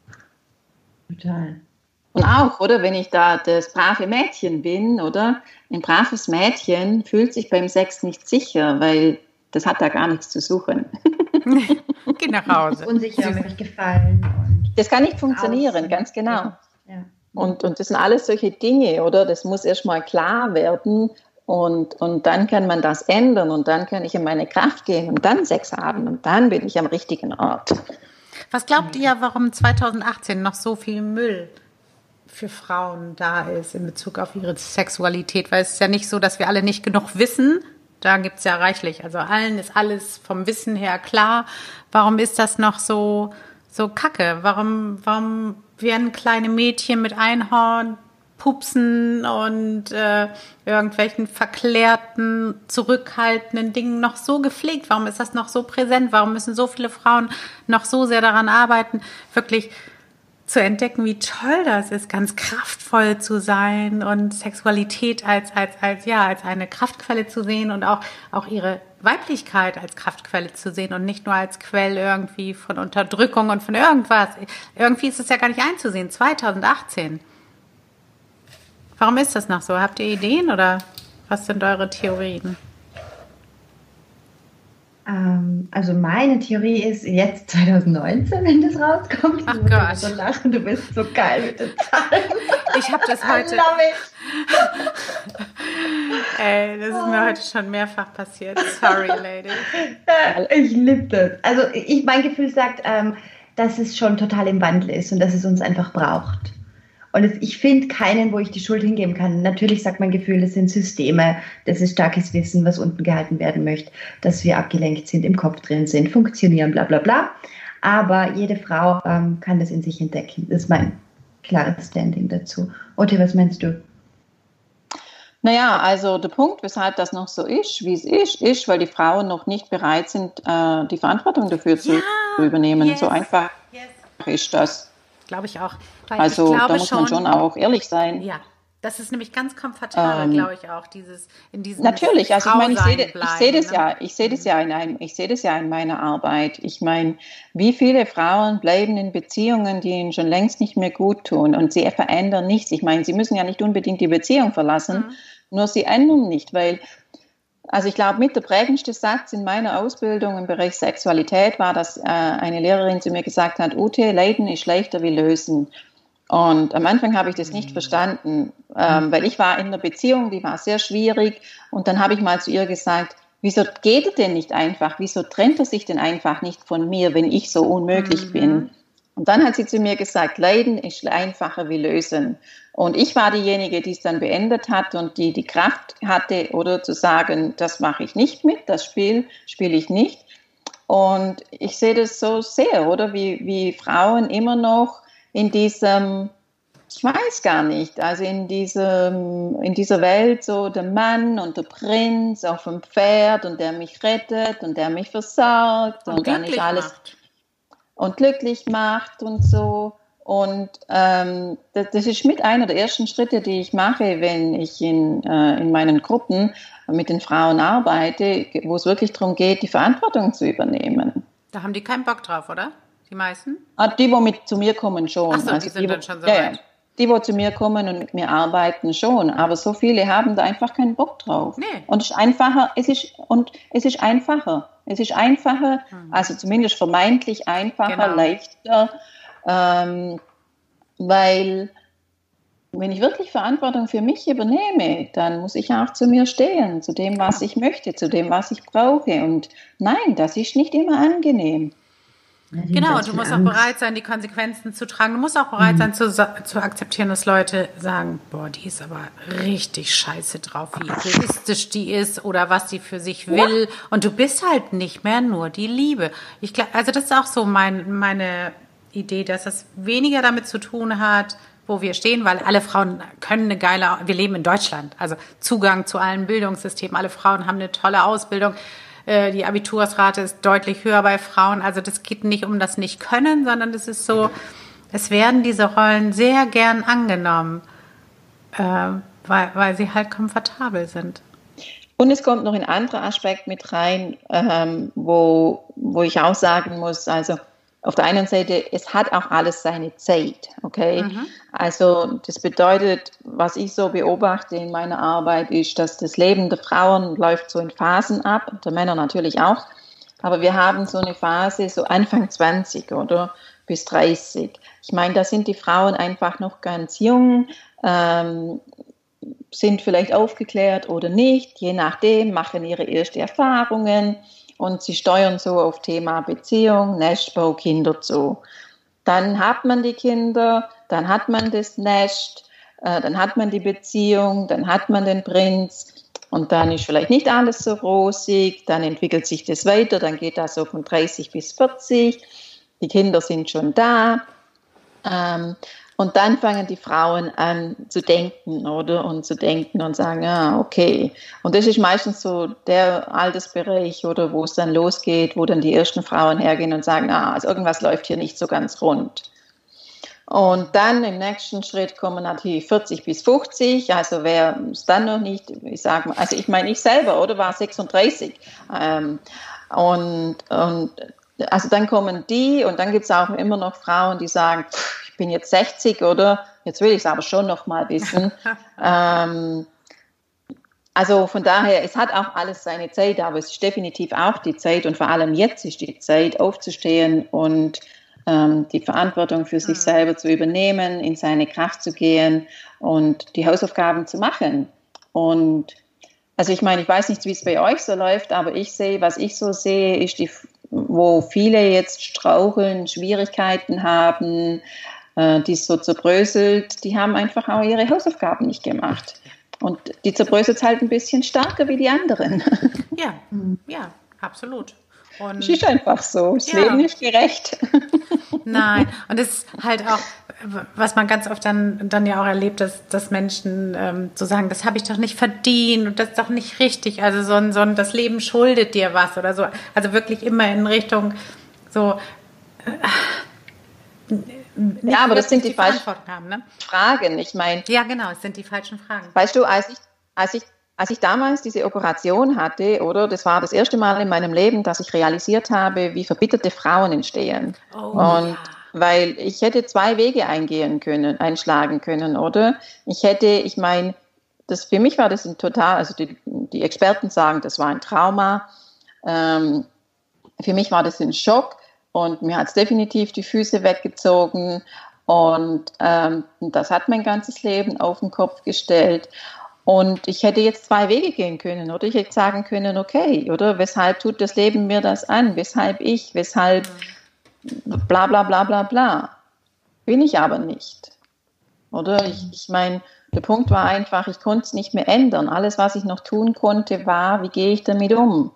Total. Und auch, oder, wenn ich da das brave Mädchen bin, oder, ein braves Mädchen fühlt sich beim Sex nicht sicher, weil das hat da gar nichts zu suchen. Geh nach Hause. Unsicher, mir nicht gefallen. Und das kann nicht funktionieren, außen. Ganz genau. Ja. Und, und das sind alles solche Dinge, oder? Das muss erstmal klar werden und, und dann kann man das ändern und dann kann ich in meine Kraft gehen und dann Sex haben und dann bin ich am richtigen Ort. Was glaubt ihr, warum zwanzig achtzehn noch so viel Müll für Frauen da ist in Bezug auf ihre Sexualität? Weil es ist ja nicht so, dass wir alle nicht genug wissen. Da gibt es ja reichlich. Also allen ist alles vom Wissen her klar. Warum ist das noch so, so kacke? Warum, warum werden kleine Mädchen mit Einhornpupsen und äh, irgendwelchen verklärten, zurückhaltenden Dingen noch so gepflegt? Warum ist das noch so präsent? Warum müssen so viele Frauen noch so sehr daran arbeiten, wirklich zu entdecken, wie toll das ist, ganz kraftvoll zu sein und Sexualität als, als, als, ja, als eine Kraftquelle zu sehen und auch, auch ihre Weiblichkeit als Kraftquelle zu sehen und nicht nur als Quelle irgendwie von Unterdrückung und von irgendwas. Irgendwie ist es ja gar nicht einzusehen. zwanzig achtzehn. Warum ist das noch so? Habt ihr Ideen oder was sind eure Theorien? Also meine Theorie ist jetzt zwanzig neunzehn, wenn das rauskommt. Ach Gott. So lachen, du bist so geil mit den Zahlen. Ich habe das heute. Ey, das ist mir heute schon mehrfach passiert. Sorry, Lady. Ich liebe das. Also ich, mein Gefühl sagt, ähm, dass es schon total im Wandel ist und dass es uns einfach braucht. Und es, ich finde keinen, wo ich die Schuld hingeben kann. Natürlich sagt mein Gefühl, das sind Systeme, das ist starkes Wissen, was unten gehalten werden möchte, dass wir abgelenkt sind, im Kopf drin sind, funktionieren, bla bla bla. Aber jede Frau ähm, kann das in sich entdecken. Das ist mein klares Standing dazu. Ute, was meinst du? Naja, also der Punkt, weshalb das noch so ist, wie es ist, ist, weil die Frauen noch nicht bereit sind, äh, die Verantwortung dafür ja, zu übernehmen. Yes, so einfach yes. ist das. Glaube ich auch. Weil also ich glaube da muss schon, man schon auch ehrlich sein. Ja, das ist nämlich ganz komfortabel, ähm, glaube ich auch, dieses in diesem Natürlich, also ich meine, ich sehe ich seh das ne? ja, ich sehe das ja in einem, ich sehe das ja in meiner Arbeit. Ich meine, wie viele Frauen bleiben in Beziehungen, die ihnen schon längst nicht mehr gut tun und sie verändern nichts. Ich meine, sie müssen ja nicht unbedingt die Beziehung verlassen, mhm. nur sie ändern nicht, weil also ich glaube, mit der prägendste Satz in meiner Ausbildung im Bereich Sexualität war, dass äh, eine Lehrerin zu mir gesagt hat, Ute, leiden ist leichter wie lösen. Und am Anfang habe ich das nicht verstanden, ähm, weil ich war in einer Beziehung, die war sehr schwierig. Und dann habe ich mal zu ihr gesagt, wieso geht er denn nicht einfach? Wieso trennt er sich denn einfach nicht von mir, wenn ich so unmöglich mhm. bin? Und dann hat sie zu mir gesagt, leiden ist einfacher wie lösen. Und ich war diejenige, die es dann beendet hat und die die Kraft hatte, oder zu sagen, das mache ich nicht mit, das Spiel spiele ich nicht. Und ich sehe das so sehr, oder? Wie, wie Frauen immer noch in diesem, ich weiß gar nicht, also in diesem, in dieser Welt so der Mann und der Prinz auf dem Pferd und der mich rettet und der mich versorgt und, und dann ist alles macht. und glücklich macht und so. Und ähm, das, das ist mit einer der ersten Schritte, die ich mache, wenn ich in, äh, in meinen Gruppen mit den Frauen arbeite, wo es wirklich darum geht, die Verantwortung zu übernehmen. Da haben die keinen Bock drauf, oder? Die meisten? Ah, die, die mit zu mir kommen, schon. Ach so, also die sind die, dann schon so ja, weit. Ja, die, die zu mir kommen und mit mir arbeiten, schon. Aber so viele haben da einfach keinen Bock drauf. Nee. Und es ist einfacher, es ist, und es ist einfacher. Es ist einfacher, mhm. also zumindest vermeintlich einfacher, genau. leichter, ähm, weil wenn ich wirklich Verantwortung für mich übernehme, dann muss ich auch zu mir stehen, zu dem, was ich möchte, zu dem, was ich brauche. Und nein, das ist nicht immer angenehm. Ja, genau, und du musst Angst. auch bereit sein, die Konsequenzen zu tragen. Du musst auch bereit mhm. sein, zu, zu akzeptieren, dass Leute sagen, boah, die ist aber richtig scheiße drauf, wie egoistisch die ist oder was sie für sich will. Ja. Und du bist halt nicht mehr nur die Liebe. Ich glaub, also das ist auch so mein, meine Idee, dass das weniger damit zu tun hat, wo wir stehen, weil alle Frauen können eine geile, wir leben in Deutschland, also Zugang zu allen Bildungssystemen, alle Frauen haben eine tolle Ausbildung. Die Abitursrate ist deutlich höher bei Frauen. Also das geht nicht um das Nicht-Können, sondern es ist so, es werden diese Rollen sehr gern angenommen, äh, weil, weil sie halt komfortabel sind. Und es kommt noch ein anderer Aspekt mit rein, ähm, wo, wo ich auch sagen muss, also auf der einen Seite, es hat auch alles seine Zeit, okay? Mhm. Also das bedeutet, was ich so beobachte in meiner Arbeit, ist, dass das Leben der Frauen läuft so in Phasen ab, der Männer natürlich auch, aber wir haben so eine Phase, so Anfang zwanzig oder bis dreißig. Ich meine, da sind die Frauen einfach noch ganz jung, ähm, sind vielleicht aufgeklärt oder nicht, je nachdem, machen ihre ersten Erfahrungen. Und sie steuern so auf Thema Beziehung, Nestbau, Kinder zu. Dann hat man die Kinder, dann hat man das Nest, äh, dann hat man die Beziehung, dann hat man den Prinz und dann ist vielleicht nicht alles so rosig, dann entwickelt sich das weiter, dann geht das so von dreißig bis vierzig, die Kinder sind schon da. Ähm, Und dann fangen die Frauen an zu denken, oder? Und zu denken und sagen, ah, okay. Und das ist meistens so der Altersbereich, oder, wo es dann losgeht, wo dann die ersten Frauen hergehen und sagen, ah, also irgendwas läuft hier nicht so ganz rund. Und dann im nächsten Schritt kommen natürlich vierzig bis fünfzig, also wer es dann noch nicht, ich sage mal, also ich meine, ich selber, oder, war sechsunddreißig. Ähm, und, und also dann kommen die und dann gibt es auch immer noch Frauen, die sagen, pff, ich bin jetzt sechzig, oder? Jetzt will ich es aber schon noch mal wissen. ähm, also von daher, es hat auch alles seine Zeit, aber es ist definitiv auch die Zeit und vor allem jetzt ist die Zeit, aufzustehen und ähm, die Verantwortung für sich selber zu übernehmen, in seine Kraft zu gehen und die Hausaufgaben zu machen. Und also ich meine, ich weiß nicht, wie es bei euch so läuft, aber ich sehe, was ich so sehe, ist die, wo viele jetzt straucheln, Schwierigkeiten haben, äh, die so zerbröselt, die haben einfach auch ihre Hausaufgaben nicht gemacht. Und die zerbröselt halt ein bisschen stärker wie die anderen. Ja, ja, absolut. Und es ist einfach so. Das ja. Leben ist gerecht. Nein, und es ist halt auch, was man ganz oft dann, dann ja auch erlebt, dass, dass Menschen ähm, so sagen, das habe ich doch nicht verdient und das ist doch nicht richtig. Also so ein, so ein, das Leben schuldet dir was oder so. Also wirklich immer in Richtung so. Äh, ja, aber das sind die, die falschen haben, ne? Fragen. Ich meine. Ja, genau, es sind die falschen Fragen. Weißt du, als ich, als ich Als ich damals diese Operation hatte, oder, das war das erste Mal in meinem Leben, dass ich realisiert habe, wie verbitterte Frauen entstehen. Oh, und ja. Weil ich hätte zwei Wege eingehen können, einschlagen können, oder? Ich hätte, ich meine, das für mich war das ein total, also die, die Experten sagen, das war ein Trauma. Ähm, für mich war das ein Schock und mir hat es definitiv die Füße weggezogen und ähm, das hat mein ganzes Leben auf den Kopf gestellt. Und ich hätte jetzt zwei Wege gehen können, oder? Ich hätte sagen können, okay, oder? Weshalb tut das Leben mir das an? Weshalb ich? Weshalb bla bla bla bla bla? Bin ich aber nicht. Oder? Ich, ich meine, der Punkt war einfach, ich konnte es nicht mehr ändern. Alles, was ich noch tun konnte, war, wie gehe ich damit um?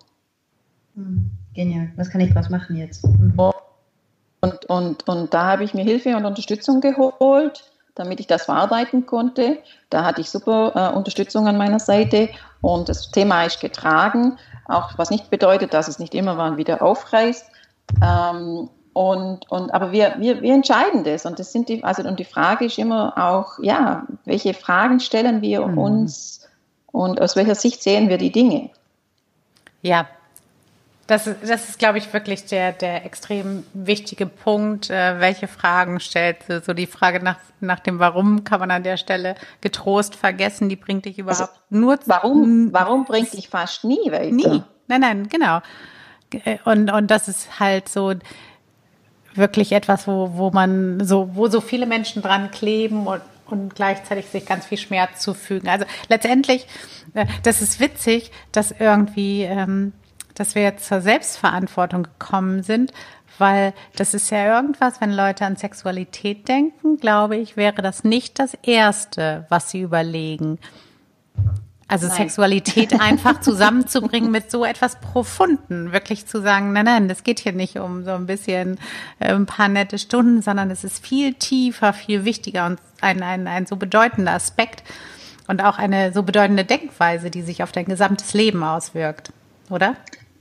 Genial. Was kann ich daraus machen jetzt? Mhm. Und, und, und da habe ich mir Hilfe und Unterstützung geholt, damit ich das verarbeiten konnte. Da hatte ich super äh, Unterstützung an meiner Seite und das Thema ist getragen, auch was nicht bedeutet, dass es nicht immer mal wieder aufreißt. Ähm, und, und, aber wir, wir, wir entscheiden das und das sind die, also und die Frage ist immer auch, ja, welche Fragen stellen wir mhm. uns und aus welcher Sicht sehen wir die Dinge? Ja. Das ist, das ist, glaube ich, wirklich der, der extrem wichtige Punkt. Äh, welche Fragen stellt so, so die Frage nach, nach dem Warum kann man an der Stelle getrost vergessen. Die bringt dich überhaupt also, nur zu. Warum, warum bringt dich fast nie weiter? Nie. Nein, nein, genau. Und, und das ist halt so wirklich etwas, wo, wo man so, wo so viele Menschen dran kleben und, und gleichzeitig sich ganz viel Schmerz zufügen. Also letztendlich, äh, das ist witzig, dass irgendwie, ähm, dass wir jetzt zur Selbstverantwortung gekommen sind, weil das ist ja irgendwas, wenn Leute an Sexualität denken, glaube ich, wäre das nicht das Erste, was sie überlegen. Also nein. Sexualität einfach zusammenzubringen mit so etwas Profunden, wirklich zu sagen, nein, nein, das geht hier nicht um so ein bisschen äh, ein paar nette Stunden, sondern es ist viel tiefer, viel wichtiger und ein, ein, ein so bedeutender Aspekt und auch eine so bedeutende Denkweise, die sich auf dein gesamtes Leben auswirkt, oder?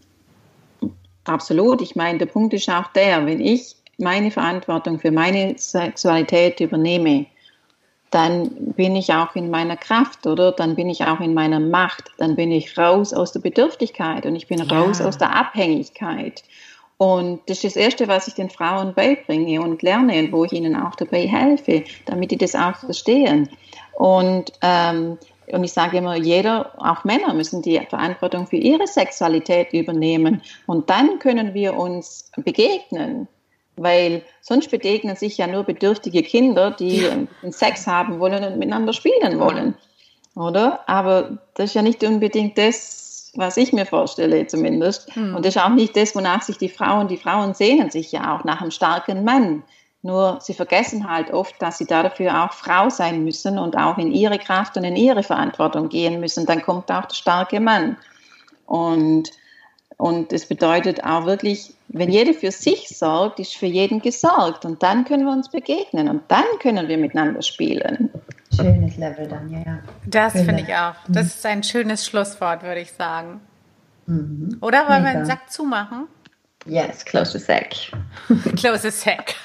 Absolut. Ich meine, der Punkt ist auch der, wenn ich meine Verantwortung für meine Sexualität übernehme, dann bin ich auch in meiner Kraft, oder? Dann bin ich auch in meiner Macht. Dann bin ich raus aus der Bedürftigkeit und ich bin ja. raus aus der Abhängigkeit. Und das ist das Erste, was ich den Frauen beibringe und lerne und wo ich ihnen auch dabei helfe, damit die das auch verstehen. Und ähm, Und ich sage immer, jeder, auch Männer, müssen die Verantwortung für ihre Sexualität übernehmen. Und dann können wir uns begegnen. Weil sonst begegnen sich ja nur bedürftige Kinder, die ja. Sex haben wollen und miteinander spielen wollen. Oder? Aber das ist ja nicht unbedingt das, was ich mir vorstelle zumindest. Hm. Und das ist auch nicht das, wonach sich die Frauen, die Frauen sehnen sich ja auch nach einem starken Mann. Nur sie vergessen halt oft, dass sie dafür auch Frau sein müssen und auch in ihre Kraft und in ihre Verantwortung gehen müssen. Dann kommt auch der starke Mann. Und, und das bedeutet auch wirklich, wenn jeder für sich sorgt, ist für jeden gesorgt. Und dann können wir uns begegnen und dann können wir miteinander spielen. Schönes Level dann, ja. Das finde ich auch. Das ist ein schönes Schlusswort, würde ich sagen. Mhm. Oder wollen Mega. wir den Sack zumachen? Yes, close the sack. Close the sack.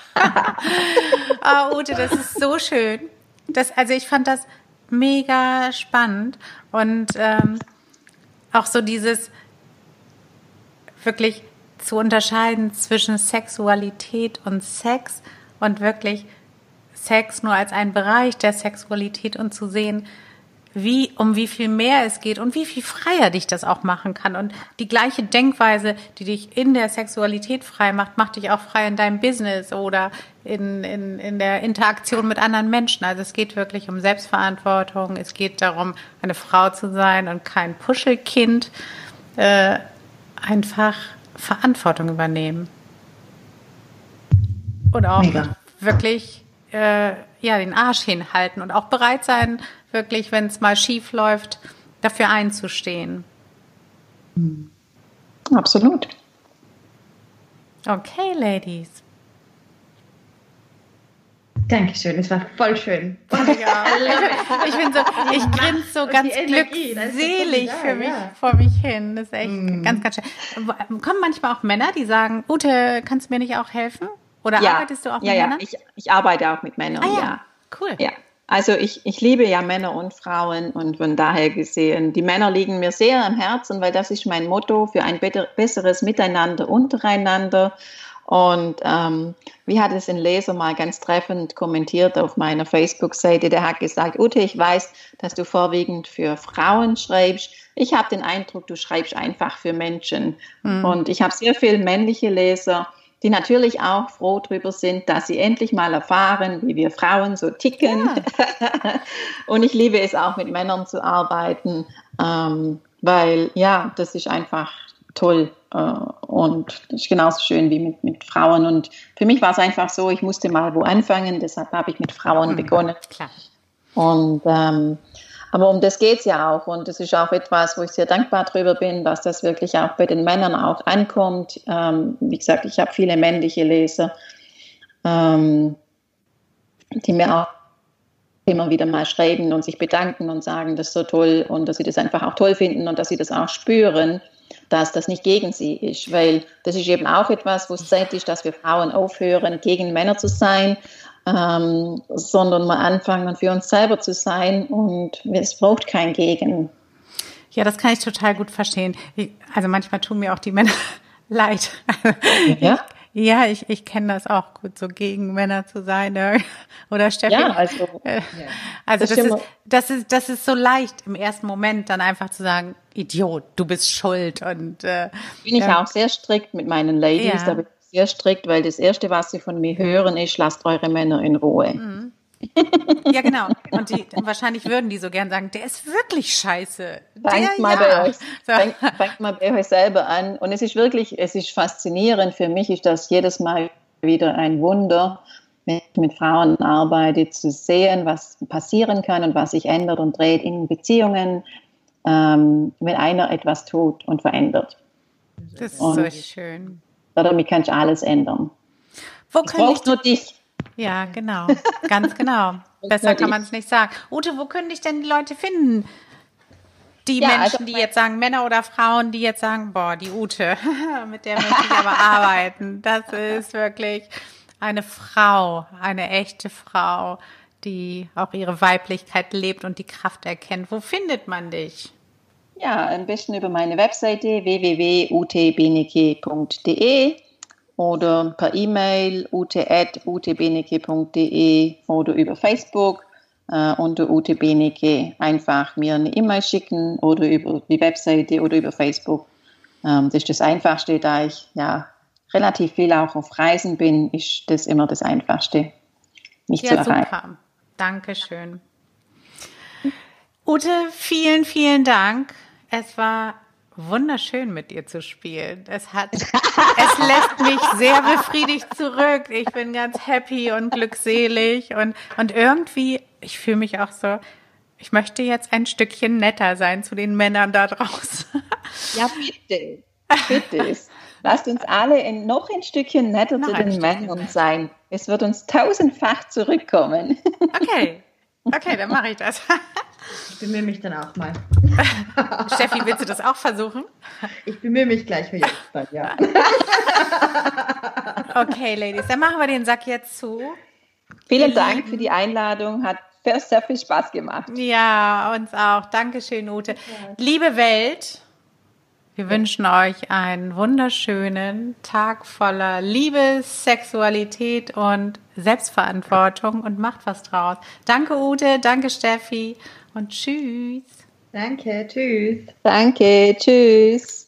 Oh, Ute, das ist so schön. Das, also ich fand das mega spannend und ähm, auch so dieses wirklich zu unterscheiden zwischen Sexualität und Sex und wirklich Sex nur als einen Bereich der Sexualität und zu sehen, wie, um wie viel mehr es geht und wie viel freier dich das auch machen kann. Und die gleiche Denkweise, die dich in der Sexualität frei macht, macht dich auch frei in deinem Business oder in, in, in der Interaktion mit anderen Menschen. Also es geht wirklich um Selbstverantwortung. Es geht darum, eine Frau zu sein und kein Puschelkind. Äh, einfach Verantwortung übernehmen. Und auch Mega. wirklich äh, ja, den Arsch hinhalten und auch bereit sein, wirklich, wenn es mal schief läuft, dafür einzustehen. Absolut. Okay, Ladies. Dankeschön, es war voll schön. Ja, ich bin so, ich grinse so und ganz glückselig für mich, ja. vor mich hin. Das ist echt mm. ganz, ganz schön. Kommen manchmal auch Männer, die sagen, Ute, kannst du mir nicht auch helfen? Oder ja. arbeitest du auch ja, mit ja. Männern? Ich, ich arbeite auch mit Männern, ah, ja. ja. Cool. Ja. Also ich, ich liebe ja Männer und Frauen und von daher gesehen, die Männer liegen mir sehr am Herzen, weil das ist mein Motto für ein besseres Miteinander untereinander. Und ähm, wie hat es ein Leser mal ganz treffend kommentiert auf meiner Facebook-Seite, der hat gesagt, Ute, ich weiß, dass du vorwiegend für Frauen schreibst. Ich habe den Eindruck, du schreibst einfach für Menschen. Mhm. Und ich habe sehr viele männliche Leser, die natürlich auch froh darüber sind, dass sie endlich mal erfahren, wie wir Frauen so ticken. Ja. Und ich liebe es auch, mit Männern zu arbeiten, ähm, weil ja, das ist einfach toll. Äh, und das ist genauso schön wie mit, mit Frauen. Und für mich war es einfach so, ich musste mal wo anfangen, deshalb habe ich mit Frauen mhm. begonnen. Klar. Und ähm, aber um das geht es ja auch und das ist auch etwas, wo ich sehr dankbar drüber bin, dass das wirklich auch bei den Männern auch ankommt. Ähm, wie gesagt, ich habe viele männliche Leser, ähm, die mir auch immer wieder mal schreiben und sich bedanken und sagen, das ist so toll und dass sie das einfach auch toll finden und dass sie das auch spüren, dass das nicht gegen sie ist, weil das ist eben auch etwas, wo es Zeit ist, dass wir Frauen aufhören, gegen Männer zu sein, Ähm, sondern mal anfangen, für uns selber zu sein und es braucht kein Gegen. Ja, das kann ich total gut verstehen. Ich, also manchmal tun mir auch die Männer leid. Ja, ich, ja ich, ich kenne das auch gut, so gegen Männer zu sein. Oder Steffi. Ja, also, äh, also das, das, ist, das, ist, das ist so leicht im ersten Moment dann einfach zu sagen, Idiot, du bist schuld. Und äh, bin ich ja. auch sehr strikt mit meinen Ladies, ja. da bin ich sehr strikt, weil das Erste, was sie von mir hören, ist, lasst eure Männer in Ruhe. Mhm. Ja, genau. Und die, wahrscheinlich würden die so gern sagen, der ist wirklich scheiße. Fangt der, mal, ja. bei euch, so. fangt, fangt mal bei euch selber an. Und es ist wirklich, es ist faszinierend. Für mich ist das jedes Mal wieder ein Wunder, wenn ich mit Frauen arbeite, zu sehen, was passieren kann und was sich ändert und dreht in Beziehungen, ähm, wenn einer etwas tut und verändert. Das ist und, so schön. Damit kannst du alles ändern. Wo ich brauche nur dich. Ja, genau. Ganz genau. Besser kann man es nicht sagen. Ute, wo können dich denn die Leute finden? Die ja, Menschen, also, die jetzt sagen, Männer oder Frauen, die jetzt sagen, boah, die Ute, mit der möchte ich aber arbeiten. Das ist wirklich eine Frau, eine echte Frau, die auch ihre Weiblichkeit lebt und die Kraft erkennt. Wo findet man dich? Ja, am besten über meine Webseite w w w punkt u t benecke punkt d e oder per E-Mail ute at utebenecke punkt d e oder über Facebook äh, unter Ute Benecke einfach mir eine E-Mail schicken oder über die Webseite oder über Facebook. Ähm, das ist das Einfachste, da ich ja relativ viel auch auf Reisen bin, ist das immer das Einfachste, mich ja, zu erreichen. Super. Dankeschön. Ute, vielen, vielen Dank. Es war wunderschön, mit dir zu spielen. Es hat, es lässt mich sehr befriedigt zurück. Ich bin ganz happy und glückselig und, und irgendwie, ich fühle mich auch so, ich möchte jetzt ein Stückchen netter sein zu den Männern da draußen. Ja, bitte. Bitte. Lasst uns alle in, noch ein Stückchen netter noch zu den Männern sein. Es wird uns tausendfach zurückkommen. Okay. Okay, dann mache ich das. Ich bemühe mich dann auch mal. Steffi, willst du das auch versuchen? Ich bemühe mich gleich für jetzt dann, ja. Okay, Ladies, dann machen wir den Sack jetzt zu. Vielen Dank für die Einladung, hat sehr viel Spaß gemacht. Ja, uns auch. Dankeschön, Ute. Liebe Welt, wir wünschen euch einen wunderschönen Tag voller Liebe, Sexualität und Selbstverantwortung und macht was draus. Danke, Ute, danke, Steffi. und tschüss. Danke, tschüss. Danke, tschüss.